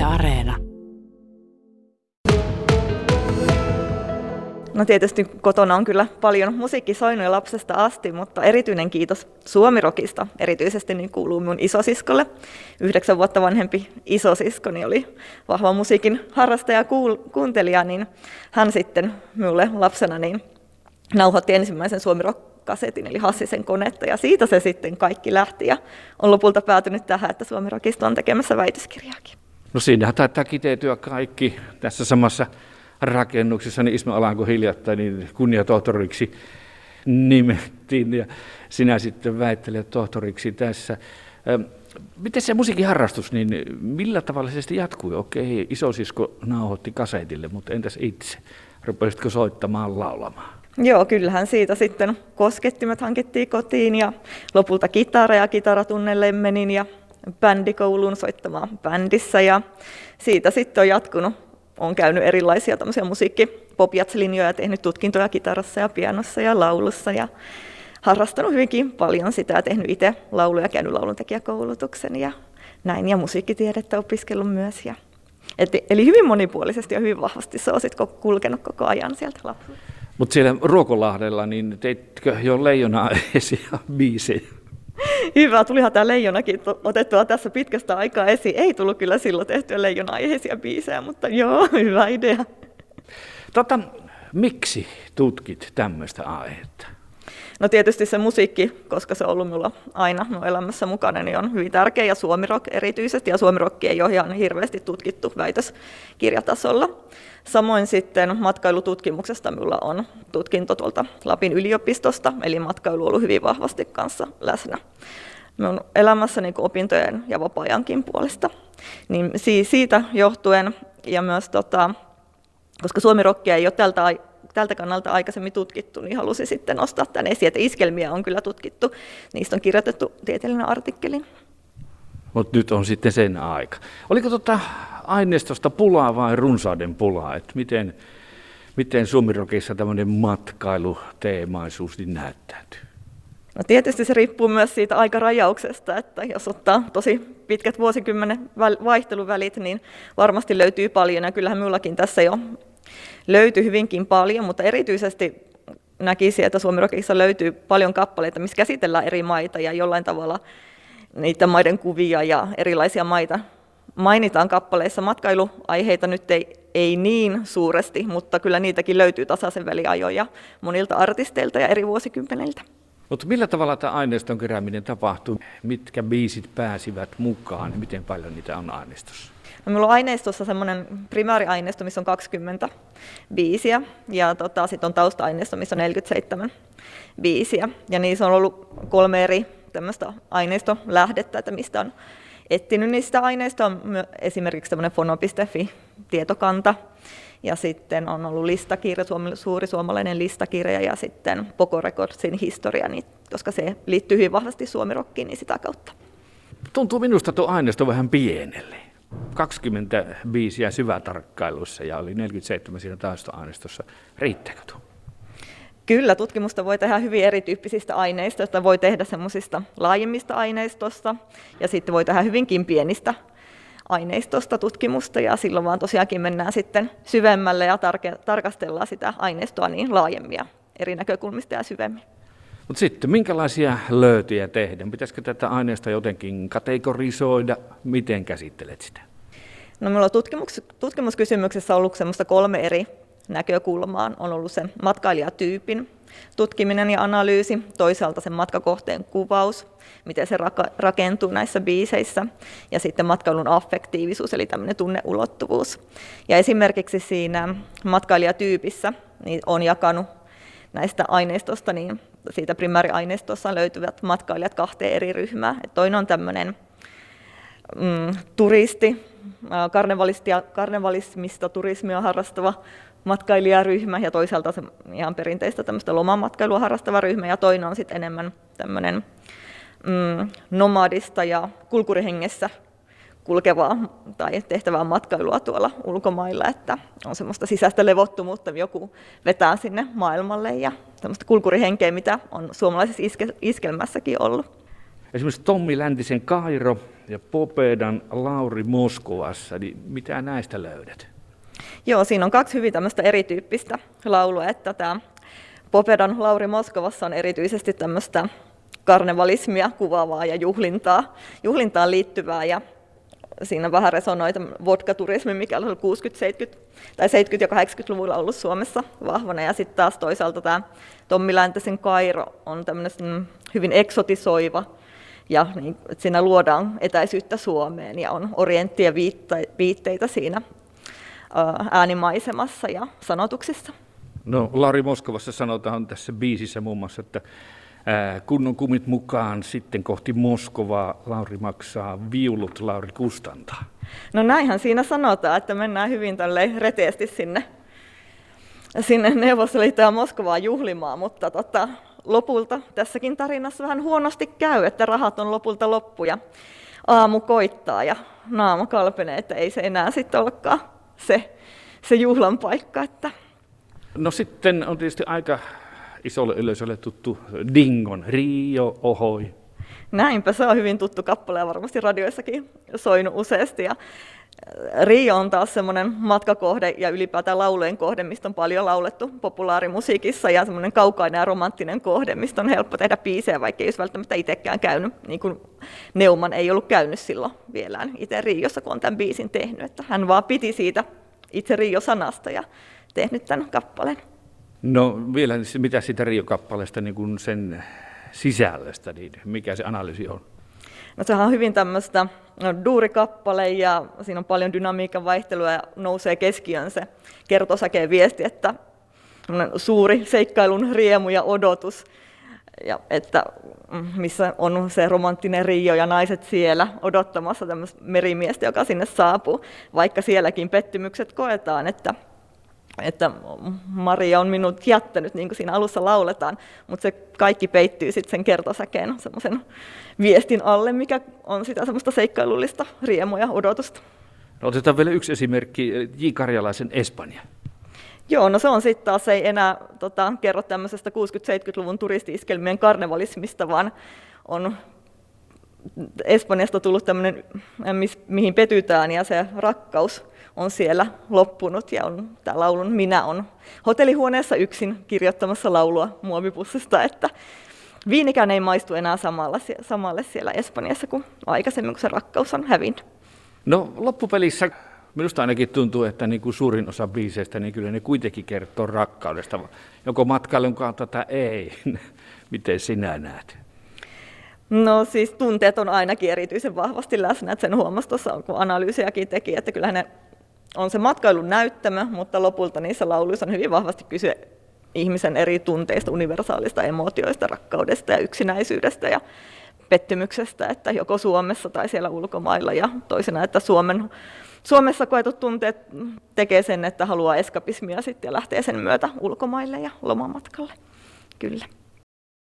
Areena. No tietysti kotona on kyllä paljon musiikki soinut lapsesta asti, mutta erityinen kiitos Suomi-rockista erityisesti niin kuuluu minun isosiskolle. 9 vuotta vanhempi isosiskoni oli vahva musiikin harrastaja ja kuuntelija, niin hän sitten minulle lapsena niin nauhoitti ensimmäisen Suomi-rock-kasetin eli Hassisen konetta ja siitä se sitten kaikki lähti ja on lopulta päätynyt tähän, että Suomi-rockista on tekemässä väitöskirjaakin. No siinähän taitaa kiteytyä kaikki tässä samassa rakennuksessa, niin Ismo Alanko hiljattain niin kunniatohtoriksi nimettiin ja sinä sitten väittelet tohtoriksi tässä. Miten se musiikin harrastus, niin millä tavalla se sitten jatkui? Okei, isosisko nauhoitti kasetille, mutta entäs itse? Rupesitko soittamaan, laulamaan? Joo, kyllähän siitä sitten koskettimet hankittiin kotiin ja lopulta kitara ja kitaratunnelle menin ja bändikouluun soittamaan bändissä ja siitä sitten on jatkunut. Olen käynyt erilaisia tämmöisiä musiikki-pop-jazz-linjoja, tehnyt tutkintoja kitarassa ja pianossa ja laulussa ja harrastanut hyvinkin paljon sitä ja tehnyt itse lauluja, käynyt lauluntekijäkoulutuksen ja näin ja musiikkitiedettä opiskellut myös. Eli hyvin monipuolisesti ja hyvin vahvasti se on sitten kulkenut koko ajan sieltä lapsuudesta. Mutta siellä Ruokolahdella, niin teitkö jo Leijona-aiheisia biisejä? Hyvä, tulihan tämä Leijonakin otettua tässä pitkästä aikaa esiin. Ei tullut kyllä silloin tehtyä Leijona-aiheisia biisejä, mutta joo, hyvä idea. Miksi tutkit tämmöistä aihetta? No tietysti se musiikki, koska se on ollut minulla aina elämässä mukana, niin on hyvin tärkeä ja Suomi-rock erityisesti. Ja Suomi-rock ei ole ihan hirveästi tutkittu väitöskirjatasolla. Samoin sitten matkailututkimuksesta minulla on tutkinto tuolta Lapin yliopistosta, eli matkailu on ollut hyvin vahvasti kanssa läsnä minun elämässäni opintojen ja vapaa-ajankin puolesta. Niin siitä johtuen ja myös, koska Suomi-rockia ei ole tältä kannalta aikaisemmin tutkittu, niin halusin sitten nostaa tämän esiin, että iskelmiä on kyllä tutkittu. Niistä on kirjoitettu tieteellinen artikkeli. Mutta nyt on sitten sen aika. Oliko aineistosta pulaa vai runsauden pulaa? Et miten Suomi-rockissa tämmöinen matkailuteemaisuus niin näyttäytyy? No tietysti se riippuu myös siitä aikarajauksesta, että jos ottaa tosi pitkät vuosikymmenen vaihteluvälit, niin varmasti löytyy paljon. Ja kyllähän minullakin tässä jo löytyy hyvinkin paljon, mutta erityisesti näkisin, että Suomi-rockissa löytyy paljon kappaleita, missä käsitellään eri maita ja jollain tavalla niiden maiden kuvia ja erilaisia maita mainitaan kappaleissa. Matkailuaiheita nyt ei niin suuresti, mutta kyllä niitäkin löytyy tasaisen väliajoja monilta artisteilta ja eri vuosikymmeniltä. Mutta millä tavalla tämä aineiston kerääminen tapahtuu? Mitkä biisit pääsivät mukaan ja miten paljon niitä on aineistossa? No, minulla on aineistossa semmoinen primääriaineisto, missä on 20 biisiä ja sitten on tausta-aineisto, missä on 47 biisiä. Ja niissä on ollut 3 eri tämmöistä aineistolähdettä, että mistä on etsinyt niistä aineistoa. On esimerkiksi tämmöinen fono.fi-tietokanta ja sitten on ollut listakirja, suuri suomalainen listakirja ja sitten Poco Recordsin historia, koska se liittyy hyvin vahvasti Suomi-rockiin, niin sitä kautta. Tuntuu minusta tuo aineisto vähän pienelle. 20 biisiä syvätarkkailuissa ja oli 47 siinä tausta-aineistossa. Riittääkö tuo? Kyllä, tutkimusta voi tehdä hyvin erityyppisistä aineistoista. Voi tehdä semmoisista laajemmista aineistosta ja sitten voi tehdä hyvinkin pienistä aineistosta tutkimusta ja silloin vaan tosiaankin mennään sitten syvemmälle ja tarkastellaan sitä aineistoa niin laajemmin eri näkökulmista ja syvemmin. Mutta sitten minkälaisia löytöjä tehdään? Pitäisikö tätä aineista jotenkin kategorisoida? Miten käsittelet sitä? No, minulla on tutkimuskysymyksessä ollut semmoista 3 eri näkökulmaa. On ollut sen matkailijatyypin tutkiminen ja analyysi, toisaalta sen matkakohteen kuvaus, miten se rakentuu näissä biiseissä, ja sitten matkailun affektiivisuus, eli tämmöinen tunneulottuvuus. Ja esimerkiksi siinä matkailijatyypissä niin on jakanut näistä aineistosta, niin siitä primääriaineistossa löytyvät matkailijat 2 eri ryhmää. Toinen on tämmöinen turisti, karnevalismista turismia harrastava matkailijaryhmä ja toisaalta se ihan perinteistä tämmöistä lomamatkailua harrastava ryhmä ja toinen on sitten enemmän tämmöinen nomadista ja kulkurihengessä kulkevaa tai tehtävää matkailua tuolla ulkomailla, että on semmoista sisäistä levottomuutta, joku vetää sinne maailmalle ja semmoista kulkurihenkeä, mitä on suomalaisessa iskelmässäkin ollut. Esimerkiksi Tommi Läntisen Kairo ja Popedan Lauri Moskovassa, niin mitä näistä löydät? Joo, siinä on kaksi hyvin tämmöistä erityyppistä laulua, että tämä Popedan Lauri Moskovassa on erityisesti tämmöistä karnevalismia kuvaavaa ja juhlintaan liittyvää, ja siinä vähän resonoi vodkaturismi, mikä oli 60-, 70- tai 70- ja 80-luvulla ollut Suomessa vahvana, ja sitten taas toisaalta tämä Tommi Läntisen Kairo on tämmöinen hyvin eksotisoiva, ja niin, että siinä luodaan etäisyyttä Suomeen, ja on orienttien viitteitä siinä äänimaisemassa ja sanotuksissa. No, Lauri Moskovassa sanotaan tässä biisissä muun muassa, että kunnon kumit mukaan sitten kohti Moskovaa, Lauri maksaa viulut, Lauri kustantaa. No näinhän siinä sanotaan, että mennään hyvin reteesti sinne Neuvostoliittoon ja Moskovaan juhlimaan, mutta lopulta tässäkin tarinassa vähän huonosti käy, että rahat on lopulta loppu ja aamu koittaa ja naama kalpenee, että ei se enää sitten olekaan se juhlan paikka. Että. No sitten on tietysti aika isolle yleisölle tuttu Dingon Rio ohoi. Näinpä, se on hyvin tuttu kappale ja varmasti radioissakin soinut useasti. Ja Rio on taas semmoinen matkakohde ja ylipäätään laulujen kohde, mistä on paljon laulettu populaarimusiikissa, ja semmoinen kaukainen ja romanttinen kohde, mistä on helppo tehdä biisejä, vaikka ei olisi välttämättä itsekään käynyt, niin kuin Neumann ei ollut käynyt silloin vielä itse Riossa, kun on tämän biisin tehnyt. Että hän vaan piti siitä itse Rio-sanasta ja tehnyt tämän kappaleen. No vielä, mitä siitä Rio-kappaleesta, niin kuin sen sisällöstä, niin mikä se analyysi on? No sehän on hyvin tämmöistä duurikappale ja siinä on paljon dynamiikan vaihtelua ja nousee keskiöön se kertosäkeen viesti, että suuri seikkailun riemu ja odotus, ja että missä on se romanttinen Rio ja naiset siellä odottamassa tämmöistä merimiestä, joka sinne saapuu, vaikka sielläkin pettymykset koetaan, että Maria on minut jättänyt, niin kuin siinä alussa lauletaan, mutta se kaikki peittyy sitten sen kertosäkeen semmoisen viestin alle, mikä on sitä semmoista seikkailullista riemua ja odotusta. No, otetaan vielä yksi esimerkki, J. Karjalaisen Espanja. Joo, no se on sitten taas, ei enää kerro tämmöisestä 60-70-luvun turisti-iskelmien karnevalismista, vaan on Espanjasta tullut tämmöinen, mihin petytään, ja se rakkaus on siellä loppunut, ja tämä laulun Minä on hotellihuoneessa yksin kirjoittamassa laulua muovipussista, että viinikään ei maistu enää samalle siellä Espanjassa kuin aikaisemmin, kun se rakkaus on hävinnyt. No loppupelissä minusta ainakin tuntuu, että niin kuin suurin osa biiseistä, niin kyllä ne kuitenkin kertoo rakkaudesta, joko matkailun kautta tai ei. Miten sinä näet? No siis tunteet on ainakin erityisen vahvasti läsnä, että sen huomasi tuossa, kun analyysiäkin teki, että kyllähän ne on se matkailun näyttämö, mutta lopulta niissä lauluissa on hyvin vahvasti kyse ihmisen eri tunteista, universaalista emootioista, rakkaudesta ja yksinäisyydestä ja pettymyksestä, että joko Suomessa tai siellä ulkomailla, ja toisena, että Suomessa koetut tunteet tekee sen, että haluaa eskapismia sitten ja lähtee sen myötä ulkomaille ja lomamatkalle. Kyllä.